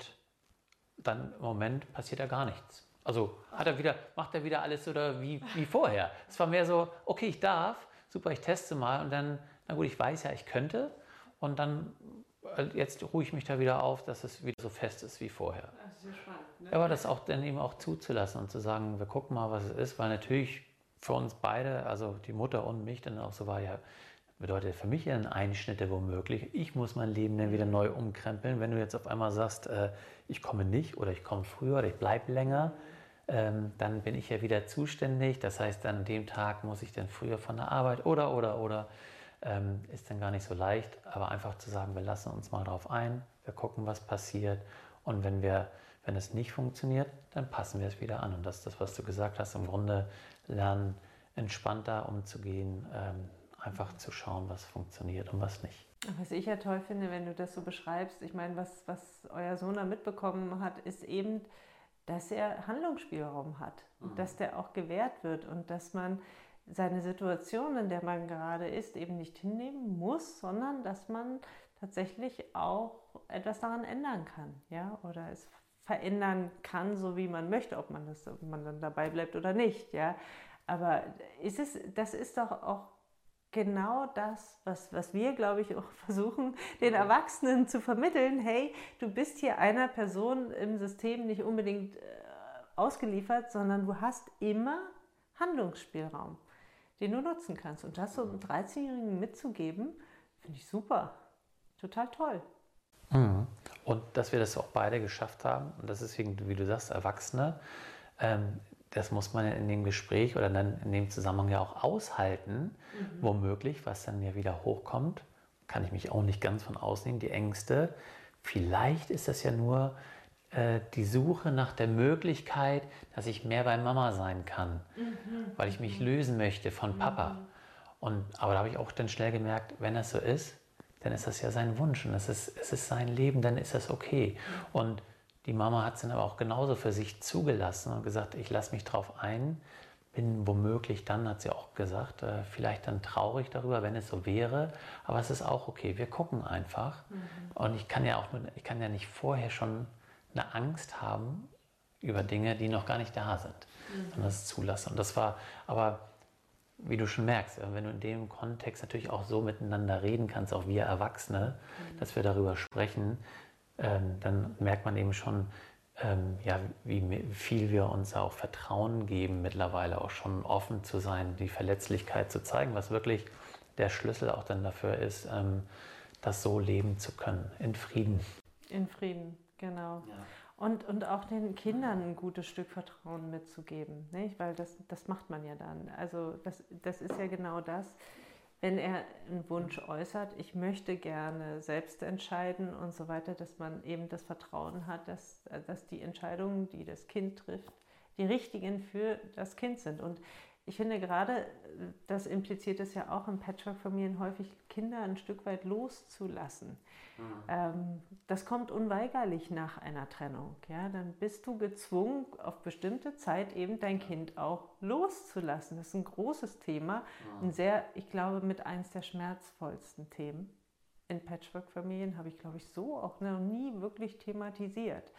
dann im Moment passiert da gar nichts. Also hat er wieder, macht er wieder alles oder wie, wie vorher. Es war mehr so, okay, ich darf, super, ich teste mal und dann, na gut, ich weiß ja, ich könnte und dann jetzt ruhe ich mich da wieder auf, dass es wieder so fest ist wie vorher. Das ist ja spannend, ne? Aber das auch dann eben auch zuzulassen und zu sagen, wir gucken mal, was es ist, weil natürlich für uns beide, also die Mutter und mich, dann auch so war, ja, bedeutet für mich ja ein Einschnitte womöglich. Ich muss mein Leben dann wieder neu umkrempeln. Wenn du jetzt auf einmal sagst, äh, ich komme nicht oder ich komme früher oder ich bleibe länger, ähm, dann bin ich ja wieder zuständig. Das heißt, an dem Tag muss ich dann früher von der Arbeit oder, oder, oder. Ähm, ist dann gar nicht so leicht, aber einfach zu sagen, wir lassen uns mal drauf ein, wir gucken, was passiert und wenn wir, wenn es nicht funktioniert, dann passen wir es wieder an und das ist das, was du gesagt hast, im Grunde lernen, entspannter umzugehen, ähm, einfach zu schauen, was funktioniert und was nicht. Was ich ja toll finde, wenn du das so beschreibst, ich meine, was, was euer Sohn da mitbekommen hat, ist eben, dass er Handlungsspielraum hat und mhm. dass der auch gewährt wird und dass man seine Situation, in der man gerade ist, eben nicht hinnehmen muss, sondern dass man tatsächlich auch etwas daran ändern kann, ja, oder es verändern kann, so wie man möchte, ob man das, ob man dann dabei bleibt oder nicht, ja. Aber ist es, das ist doch auch genau das, was, was wir, glaube ich, auch versuchen, den Erwachsenen zu vermitteln. Hey, du bist hier einer Person im System nicht unbedingt äh, ausgeliefert, sondern du hast immer Handlungsspielraum, den du nutzen kannst. Und das so einem dreizehnjährigen mitzugeben, finde ich super. Total toll. Mhm. Und dass wir das auch beide geschafft haben, und das ist, wie du sagst, Erwachsene, ähm, das muss man in dem Gespräch oder dann in dem Zusammenhang ja auch aushalten, mhm. womöglich, was dann ja wieder hochkommt, kann ich mich auch nicht ganz von ausnehmen, die Ängste. Vielleicht ist das ja nur äh, die Suche nach der Möglichkeit, dass ich mehr bei Mama sein kann, mhm. weil ich mich lösen möchte von Papa. Mhm. Und, aber da habe ich auch dann schnell gemerkt, wenn das so ist, dann ist das ja sein Wunsch und es ist, es ist sein Leben, dann ist das okay. Mhm. Und die Mama hat es dann aber auch genauso für sich zugelassen und gesagt, ich lasse mich drauf ein, bin womöglich dann, hat sie auch gesagt, äh, vielleicht dann traurig darüber, wenn es so wäre, aber es ist auch okay, wir gucken einfach. Mhm. Und ich kann ja auch nur, ich kann ja nicht vorher schon eine Angst haben über Dinge, die noch gar nicht da sind, mhm. sondern das zulassen. Und das war, aber wie du schon merkst, wenn du in dem Kontext natürlich auch so miteinander reden kannst, auch wir Erwachsene, mhm. dass wir darüber sprechen, ähm, dann merkt man eben schon, ähm, ja, wie viel wir uns auch Vertrauen geben, mittlerweile auch schon offen zu sein, die Verletzlichkeit zu zeigen, was wirklich der Schlüssel auch dann dafür ist, ähm, das so leben zu können, in Frieden. In Frieden, genau. Ja. Und, und auch den Kindern ein gutes Stück Vertrauen mitzugeben, nicht? Weil das, das macht man ja dann. Also das, das ist ja genau das, wenn er einen Wunsch äußert, ich möchte gerne selbst entscheiden und so weiter, dass man eben das Vertrauen hat, dass, dass die Entscheidungen, die das Kind trifft, die richtigen für das Kind sind. Und ich finde gerade, das impliziert es ja auch in Patchwork-Familien häufig, Kinder ein Stück weit loszulassen. Mhm. Ähm, das kommt unweigerlich nach einer Trennung. Ja? Dann bist du gezwungen, auf bestimmte Zeit eben dein Kind auch loszulassen. Das ist ein großes Thema, mhm. ein sehr, ich glaube, mit eins der schmerzvollsten Themen. In Patchwork-Familien habe ich, glaube ich, so auch noch nie wirklich thematisiert.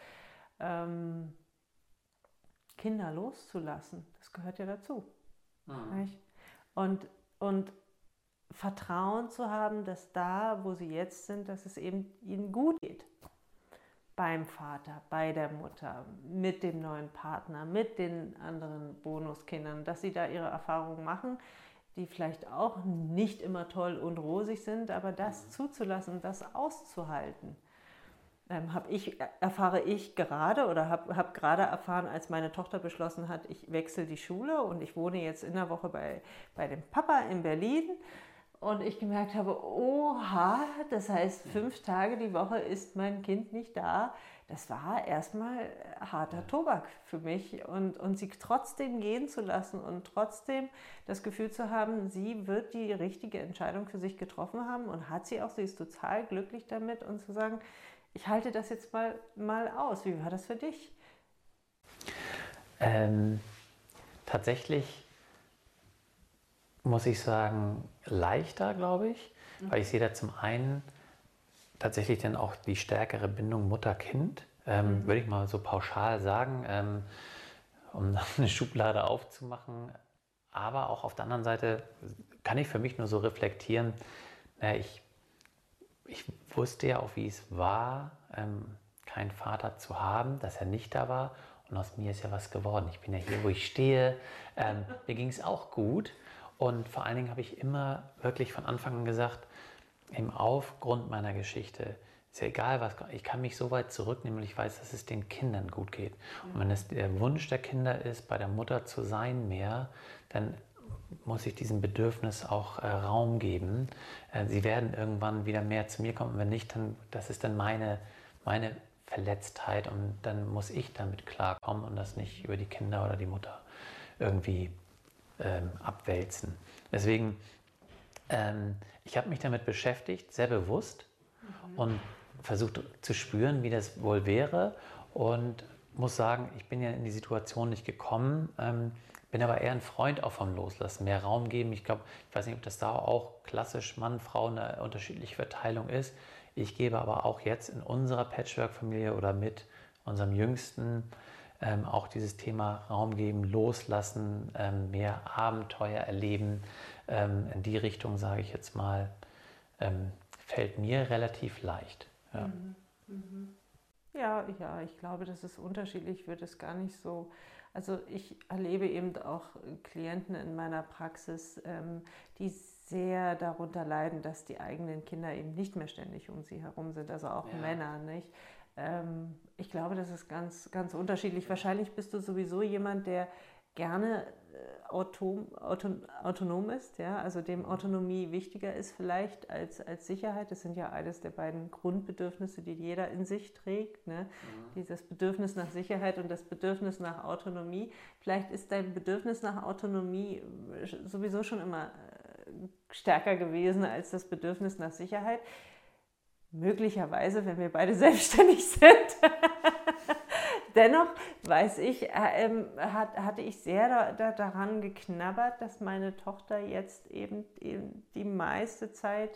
Ähm, Kinder loszulassen, das gehört ja dazu. Mhm. Und, und Vertrauen zu haben, dass da, wo sie jetzt sind, dass es eben ihnen gut geht. Beim Vater, bei der Mutter, mit dem neuen Partner, mit den anderen Bonuskindern, dass sie da ihre Erfahrungen machen, die vielleicht auch nicht immer toll und rosig sind, aber das mhm. zuzulassen, das auszuhalten. ähm, habe ich, erfahre ich gerade oder habe hab gerade erfahren, als meine Tochter beschlossen hat, ich wechsle die Schule und ich wohne jetzt in der Woche bei, bei dem Papa in Berlin. Und ich gemerkt habe, oha, das heißt, fünf Tage die Woche ist mein Kind nicht da. Das war erstmal harter Tobak für mich. Und, und sie trotzdem gehen zu lassen und trotzdem das Gefühl zu haben, sie wird die richtige Entscheidung für sich getroffen haben und hat sie auch, sie ist total glücklich damit und zu sagen, ich halte das jetzt mal, mal aus. Wie war das für dich? Ähm, tatsächlich muss ich sagen, leichter, glaube ich, mhm. weil ich sehe da zum einen tatsächlich dann auch die stärkere Bindung Mutter-Kind, ähm, mhm. würde ich mal so pauschal sagen, ähm, um eine Schublade aufzumachen. Aber auch auf der anderen Seite kann ich für mich nur so reflektieren, na, ich, ich wusste ja auch, wie es war, ähm, keinen Vater zu haben, dass er nicht da war. Und aus mir ist ja was geworden. Ich bin ja hier, wo ich stehe. Ähm, mir ging es auch gut. Und vor allen Dingen habe ich immer wirklich von Anfang an gesagt, im Aufgrund meiner Geschichte, ist ja egal was, ich kann mich so weit zurücknehmen, weil ich weiß, dass es den Kindern gut geht. Und wenn es der Wunsch der Kinder ist, bei der Mutter zu sein mehr, dann muss ich diesem Bedürfnis auch äh, Raum geben. Äh, sie werden irgendwann wieder mehr zu mir kommen. Und wenn nicht, dann das ist dann meine, meine Verletztheit und dann muss ich damit klarkommen und das nicht über die Kinder oder die Mutter irgendwie ähm, abwälzen. Deswegen, ähm, ich habe mich damit beschäftigt, sehr bewusst mhm. und versucht zu spüren, wie das wohl wäre und muss sagen, ich bin ja in die Situation nicht gekommen, ähm, bin aber eher ein Freund auch vom Loslassen, mehr Raum geben. Ich glaube, ich weiß nicht, ob das da auch klassisch Mann, Frau eine unterschiedliche Verteilung ist. Ich gebe aber auch jetzt in unserer Patchwork-Familie oder mit unserem Jüngsten ähm, auch dieses Thema Raum geben, loslassen, ähm, mehr Abenteuer erleben. Ähm, in die Richtung, sage ich jetzt mal, ähm, fällt mir relativ leicht. Ja. Mhm. Mhm. Ja, ja, ich glaube, das ist unterschiedlich, wird es gar nicht so. Also ich erlebe eben auch Klienten in meiner Praxis, ähm, die sehr darunter leiden, dass die eigenen Kinder eben nicht mehr ständig um sie herum sind, also auch ja. Männer, nicht? Ähm, ich glaube, das ist ganz, ganz unterschiedlich. Wahrscheinlich bist du sowieso jemand, der gerne äh, autom, auton, autonom ist, ja? Also dem Autonomie wichtiger ist vielleicht als, als Sicherheit. Das sind ja eines der beiden Grundbedürfnisse, die jeder in sich trägt, ne? Mhm. Dieses Bedürfnis nach Sicherheit und das Bedürfnis nach Autonomie. Vielleicht ist dein Bedürfnis nach Autonomie sowieso schon immer stärker gewesen als das Bedürfnis nach Sicherheit. Möglicherweise, wenn wir beide selbstständig sind. Dennoch weiß ich, äh, hat, hatte ich sehr da, da, daran geknabbert, dass meine Tochter jetzt eben, eben die meiste Zeit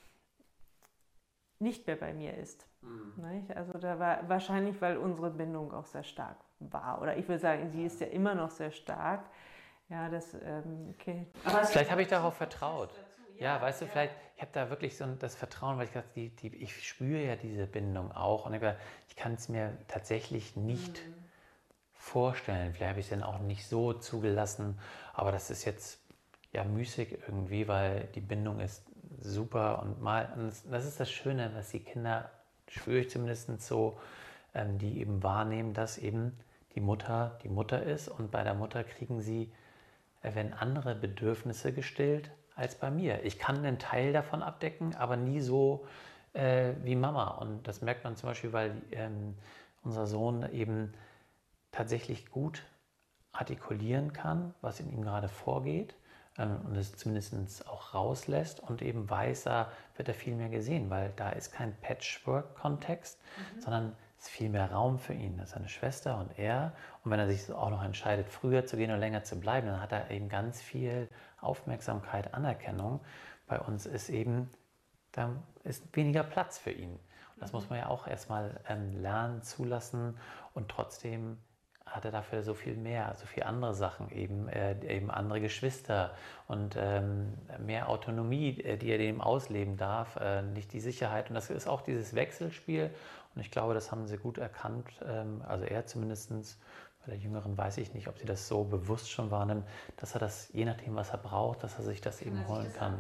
nicht mehr bei mir ist. Mhm. Nicht? Also da war wahrscheinlich, weil unsere Bindung auch sehr stark war. Oder ich würde sagen, sie ist ja immer noch sehr stark. Ja, das, ähm, okay. Aber vielleicht habe ich darauf vertraut. Ja, ja, weißt du, ja. vielleicht, ich habe da wirklich so das Vertrauen, weil ich dachte, die, die, ich spüre ja diese Bindung auch und ich, ich kann es mir tatsächlich nicht mhm. vorstellen. Vielleicht habe ich es dann auch nicht so zugelassen, aber das ist jetzt ja müßig irgendwie, weil die Bindung ist super und mal, und das ist das Schöne, was die Kinder, spüre ich zumindest so, ähm, die eben wahrnehmen, dass eben die Mutter die Mutter ist und bei der Mutter kriegen sie, äh, werden andere Bedürfnisse gestillt als bei mir. Ich kann einen Teil davon abdecken, aber nie so äh, wie Mama. Und das merkt man zum Beispiel, weil ähm, unser Sohn eben tatsächlich gut artikulieren kann, was in ihm gerade vorgeht ähm, und es zumindest auch rauslässt und eben weiß, da wird er viel mehr gesehen, weil da ist kein Patchwork-Kontext, mhm. sondern es ist viel mehr Raum für ihn. Das ist seine Schwester und er. Und wenn er sich auch noch entscheidet, früher zu gehen oder länger zu bleiben, dann hat er eben ganz viel Aufmerksamkeit, Anerkennung. Bei uns ist eben, da ist weniger Platz für ihn. Und das mhm. muss man ja auch erstmal ähm, lernen, zulassen und trotzdem hat er dafür so viel mehr, so viele andere Sachen, eben, äh, eben andere Geschwister und ähm, mehr Autonomie, äh, die er dem ausleben darf, äh, nicht die Sicherheit. Und das ist auch dieses Wechselspiel. Und ich glaube, das haben sie gut erkannt, ähm, also er zumindest, bei der Jüngeren weiß ich nicht, ob sie das so bewusst schon wahrnimmt, dass er das, je nachdem, was er braucht, dass er sich das kann eben holen kann. Abholen.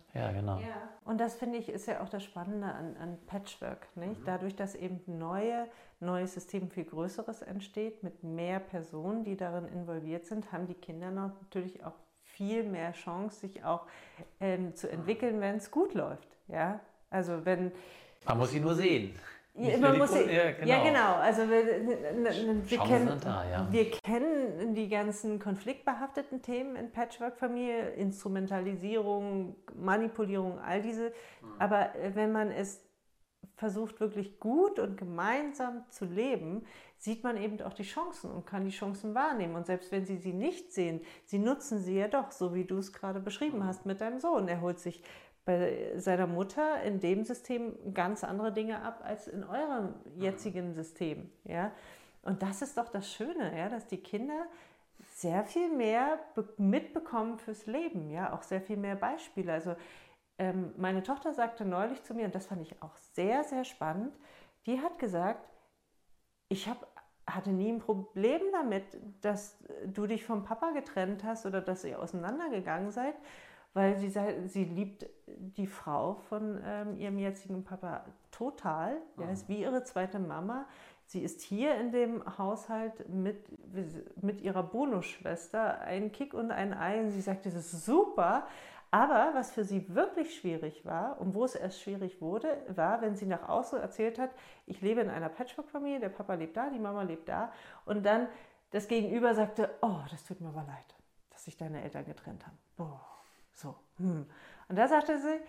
Ja, genau. Ja. Und das finde ich ist ja auch das Spannende an, an Patchwork, nicht? Mhm. Dadurch, dass eben ein neue, neues System viel Größeres entsteht, mit mehr Personen, die darin involviert sind, haben die Kinder noch natürlich auch viel mehr Chance, sich auch ähm, zu entwickeln, wenn es gut läuft. Ja? Also wenn Man muss sie nur sehen. Ja, man muss Grund, sie, ja, genau. ja, genau. Also wir, wir, kennen, sind da, ja. wir kennen die ganzen konfliktbehafteten Themen in Patchwork-Familie, Instrumentalisierung, Manipulierung, all diese. Mhm. Aber wenn man es versucht, wirklich gut und gemeinsam zu leben, sieht man eben auch die Chancen und kann die Chancen wahrnehmen. Und selbst wenn Sie sie nicht sehen, Sie nutzen sie ja doch, so wie du es gerade beschrieben hast mit deinem Sohn. Er holt sich bei seiner Mutter in dem System ganz andere Dinge ab als in eurem jetzigen System. Ja? Und das ist doch das Schöne, ja? Dass die Kinder sehr viel mehr mitbekommen fürs Leben, ja? Auch sehr viel mehr Beispiele. Also ähm, meine Tochter sagte neulich zu mir, und das fand ich auch sehr, sehr spannend, die hat gesagt, ich hab, hatte nie ein Problem damit, dass du dich vom Papa getrennt hast oder dass ihr auseinandergegangen seid, weil sie, sie liebt die Frau von ähm, ihrem jetzigen Papa total. Ja, ist wie ihre zweite Mama. Sie ist hier in dem Haushalt mit, mit ihrer Bonusschwester ein Kick und ein Ei. Und sie sagt, das ist super. Aber was für sie wirklich schwierig war und wo es erst schwierig wurde, war, wenn sie nach außen erzählt hat, ich lebe in einer Patchwork-Familie, der Papa lebt da, die Mama lebt da. Und dann das Gegenüber sagte, oh, das tut mir aber leid, dass sich deine Eltern getrennt haben. Boah. So. Hm. Und da sagte sie,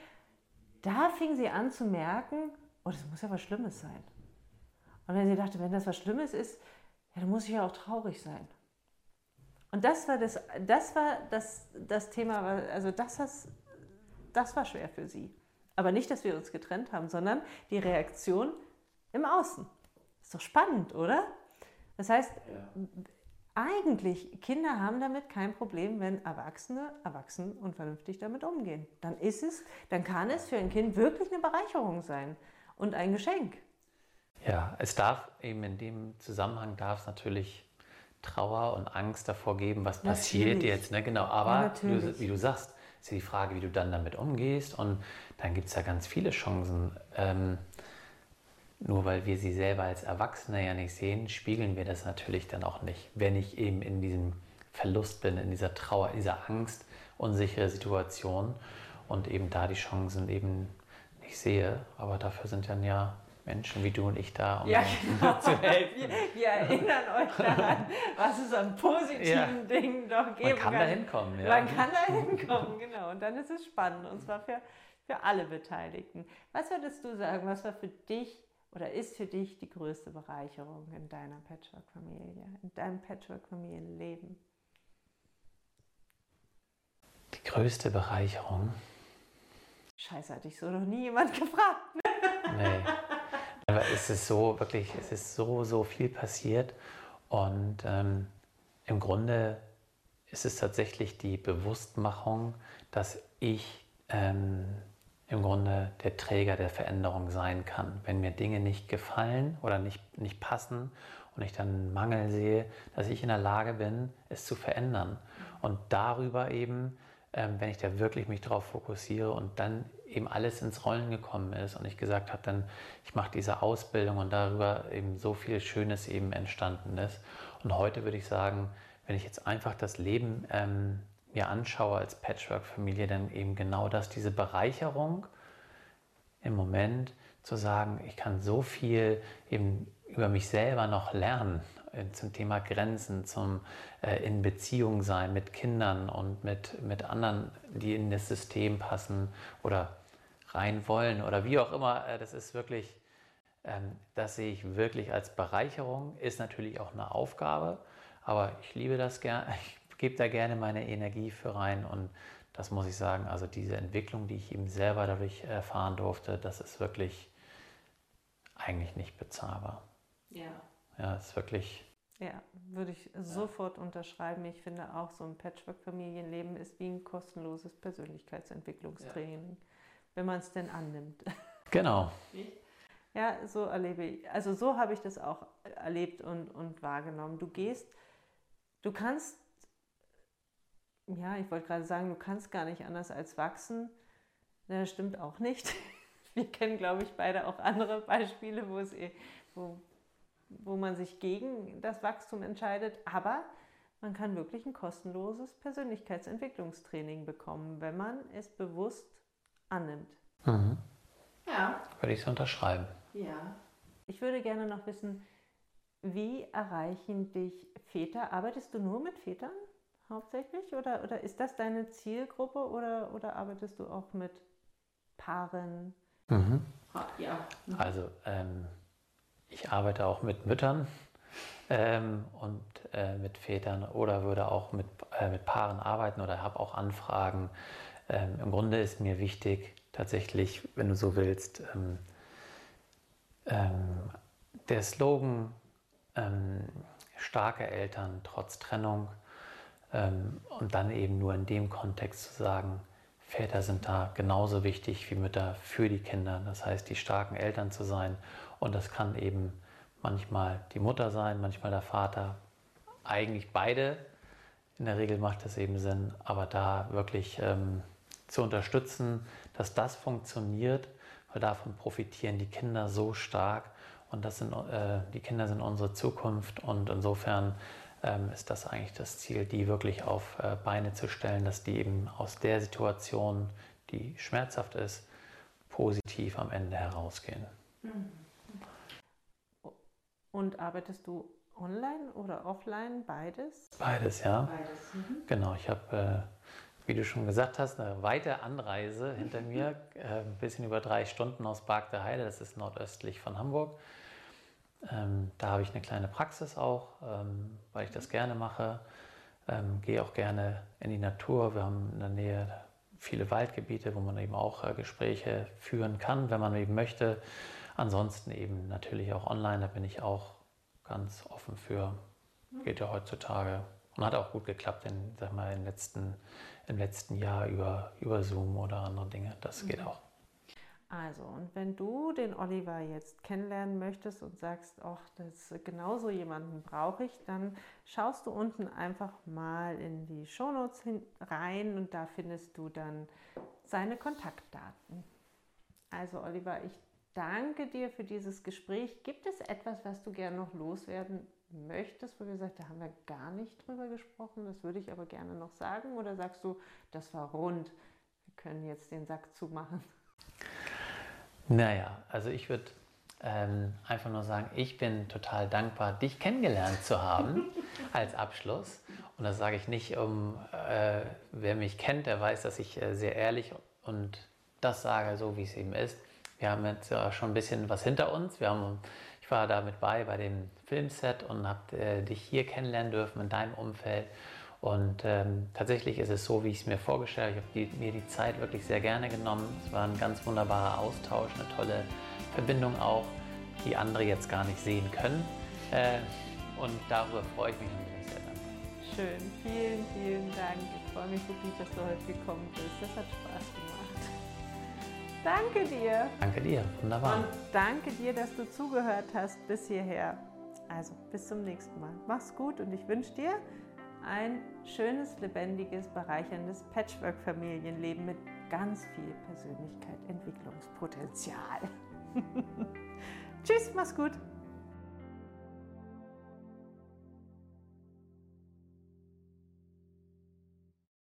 da fing sie an zu merken, oh, das muss ja was Schlimmes sein. Und wenn sie dachte, wenn das was Schlimmes ist, ja, dann muss ich ja auch traurig sein. Und das war das, das, war das, das Thema, also das, das, das war schwer für sie. Aber nicht, dass wir uns getrennt haben, sondern die Reaktion im Außen. Ist doch spannend, oder? Das heißt, ja. Eigentlich, Kinder haben damit kein Problem, wenn Erwachsene erwachsen und vernünftig damit umgehen. Dann ist es, dann kann es für ein Kind wirklich eine Bereicherung sein und ein Geschenk. Ja, es darf eben in dem Zusammenhang darf es natürlich Trauer und Angst davor geben, was passiert natürlich. Jetzt, ne? Genau. Aber ja, du, wie du sagst, ist ja die Frage, wie du dann damit umgehst. Und dann gibt es ja ganz viele Chancen. Ähm, Nur weil wir sie selber als Erwachsene ja nicht sehen, spiegeln wir das natürlich dann auch nicht. Wenn ich eben in diesem Verlust bin, in dieser Trauer, in dieser Angst, unsichere Situation und eben da die Chancen eben nicht sehe. Aber dafür sind dann ja Menschen wie du und ich da, um ja, genau. zu helfen. Wir, wir erinnern euch daran, was es an positiven ja. Dingen doch geben kann. Man kann da hinkommen. Ja. Man kann da hinkommen, genau. Und dann ist es spannend und zwar für, für alle Beteiligten. Was würdest du sagen, was war für dich oder ist für dich die größte Bereicherung in deiner Patchwork-Familie, in deinem Patchwork-Familienleben? Die größte Bereicherung? Scheiße, hat dich so noch nie jemand gefragt. Nee, aber es ist so, wirklich, es ist so, so viel passiert und ähm, im Grunde ist es tatsächlich die Bewusstmachung, dass ich ähm, im Grunde der Träger der Veränderung sein kann. Wenn mir Dinge nicht gefallen oder nicht, nicht passen und ich dann einen Mangel sehe, dass ich in der Lage bin, es zu verändern. Und darüber eben, ähm, wenn ich da wirklich mich drauf fokussiere und dann eben alles ins Rollen gekommen ist und ich gesagt habe, dann ich mache diese Ausbildung und darüber eben so viel Schönes eben entstanden ist. Und heute würde ich sagen, wenn ich jetzt einfach das Leben ähm, mir anschaue als Patchwork-Familie, dann eben genau das, diese Bereicherung im Moment zu sagen, ich kann so viel eben über mich selber noch lernen äh, zum Thema Grenzen, zum äh, in Beziehung sein mit Kindern und mit, mit anderen, die in das System passen oder rein wollen oder wie auch immer. Äh, das ist wirklich, ähm, das sehe ich wirklich als Bereicherung, ist natürlich auch eine Aufgabe, aber ich liebe das gerne. Ich gebe da gerne meine Energie für rein und das muss ich sagen, also diese Entwicklung, die ich eben selber dadurch erfahren durfte, das ist wirklich eigentlich nicht bezahlbar. Ja. Ja, ist wirklich... Ja, würde ich ja. sofort unterschreiben. Ich finde auch, so ein Patchwork-Familienleben ist wie ein kostenloses Persönlichkeitsentwicklungstraining, ja. wenn man es denn annimmt. Genau. Ja, so erlebe ich, also so habe ich das auch erlebt und, und wahrgenommen. Du gehst, du kannst Ja, ich wollte gerade sagen, du kannst gar nicht anders als wachsen, Das stimmt auch nicht. Wir kennen, glaube ich, beide auch andere Beispiele, wo, es, wo, wo man sich gegen das Wachstum entscheidet. Aber man kann wirklich ein kostenloses Persönlichkeitsentwicklungstraining bekommen, wenn man es bewusst annimmt. Mhm. Ja. Würde ich so unterschreiben. Ja. Ich würde gerne noch wissen, wie erreichen dich Väter? Arbeitest du nur mit Vätern hauptsächlich? Oder, oder ist das deine Zielgruppe oder, oder arbeitest du auch mit Paaren? Mhm. Ja. Also ähm, ich arbeite auch mit Müttern ähm, und äh, mit Vätern oder würde auch mit, äh, mit Paaren arbeiten oder habe auch Anfragen. Ähm, Im Grunde ist mir wichtig, tatsächlich, wenn du so willst, ähm, ähm, der Slogan ähm, starke Eltern trotz Trennung ähm, und dann eben nur in dem Kontext zu sagen, Väter sind da genauso wichtig wie Mütter für die Kinder. Das heißt, die starken Eltern zu sein. Und das kann eben manchmal die Mutter sein, manchmal der Vater. Eigentlich beide. In der Regel macht es eben Sinn, aber da wirklich ähm, zu unterstützen, dass das funktioniert, weil davon profitieren die Kinder so stark. Und das sind, äh, die Kinder sind unsere Zukunft. Und insofern ähm, ist das eigentlich das Ziel, die wirklich auf äh, Beine zu stellen, dass die eben aus der Situation, die schmerzhaft ist, positiv am Ende herausgehen. Und arbeitest du online oder offline? Beides? Beides, ja. Beides. Mhm. Genau, ich habe, äh, wie du schon gesagt hast, eine weite Anreise hinter mir, äh, ein bisschen über drei Stunden aus Barg der Heide, das ist nordöstlich von Hamburg. Ähm, da habe ich eine kleine Praxis auch, ähm, weil ich das gerne mache. Ähm, gehe auch gerne in die Natur. Wir haben in der Nähe viele Waldgebiete, wo man eben auch äh, Gespräche führen kann, wenn man eben möchte. Ansonsten eben natürlich auch online, da bin ich auch ganz offen für. Geht ja heutzutage und hat auch gut geklappt in, sag mal, im, letzten, im letzten Jahr über, über Zoom oder andere Dinge. Das geht auch. Also, und wenn du den Oliver jetzt kennenlernen möchtest und sagst, ach, das, genauso jemanden brauche ich, dann schaust du unten einfach mal in die Shownotes rein und da findest du dann seine Kontaktdaten. Also Oliver, ich danke dir für dieses Gespräch. Gibt es etwas, was du gerne noch loswerden möchtest, wo du sagst, da haben wir gar nicht drüber gesprochen, das würde ich aber gerne noch sagen? Oder sagst du, das war rund, wir können jetzt den Sack zumachen? Naja, also ich würde ähm, einfach nur sagen, ich bin total dankbar, dich kennengelernt zu haben als Abschluss. Und das sage ich nicht, um, äh, wer mich kennt, der weiß, dass ich äh, sehr ehrlich und das sage, so wie es eben ist. Wir haben jetzt ja schon ein bisschen was hinter uns. Wir haben, ich war da mit bei bei dem Filmset und habe äh, dich hier kennenlernen dürfen in deinem Umfeld. Und ähm, tatsächlich ist es so, wie ich es mir vorgestellt habe. Ich habe mir die Zeit wirklich sehr gerne genommen. Es war ein ganz wunderbarer Austausch, eine tolle Verbindung auch, die andere jetzt gar nicht sehen können. Äh, und darüber freue ich mich und bin sehr dankbar. Schön, vielen, vielen Dank. Ich freue mich wirklich, dass du heute gekommen bist. Das hat Spaß gemacht. Danke dir. Danke dir, wunderbar. Und danke dir, dass du zugehört hast bis hierher. Also, bis zum nächsten Mal. Mach's gut und ich wünsche dir ein schönes, lebendiges, bereicherndes Patchwork-Familienleben mit ganz viel Persönlichkeit, Entwicklungspotenzial. Tschüss, mach's gut.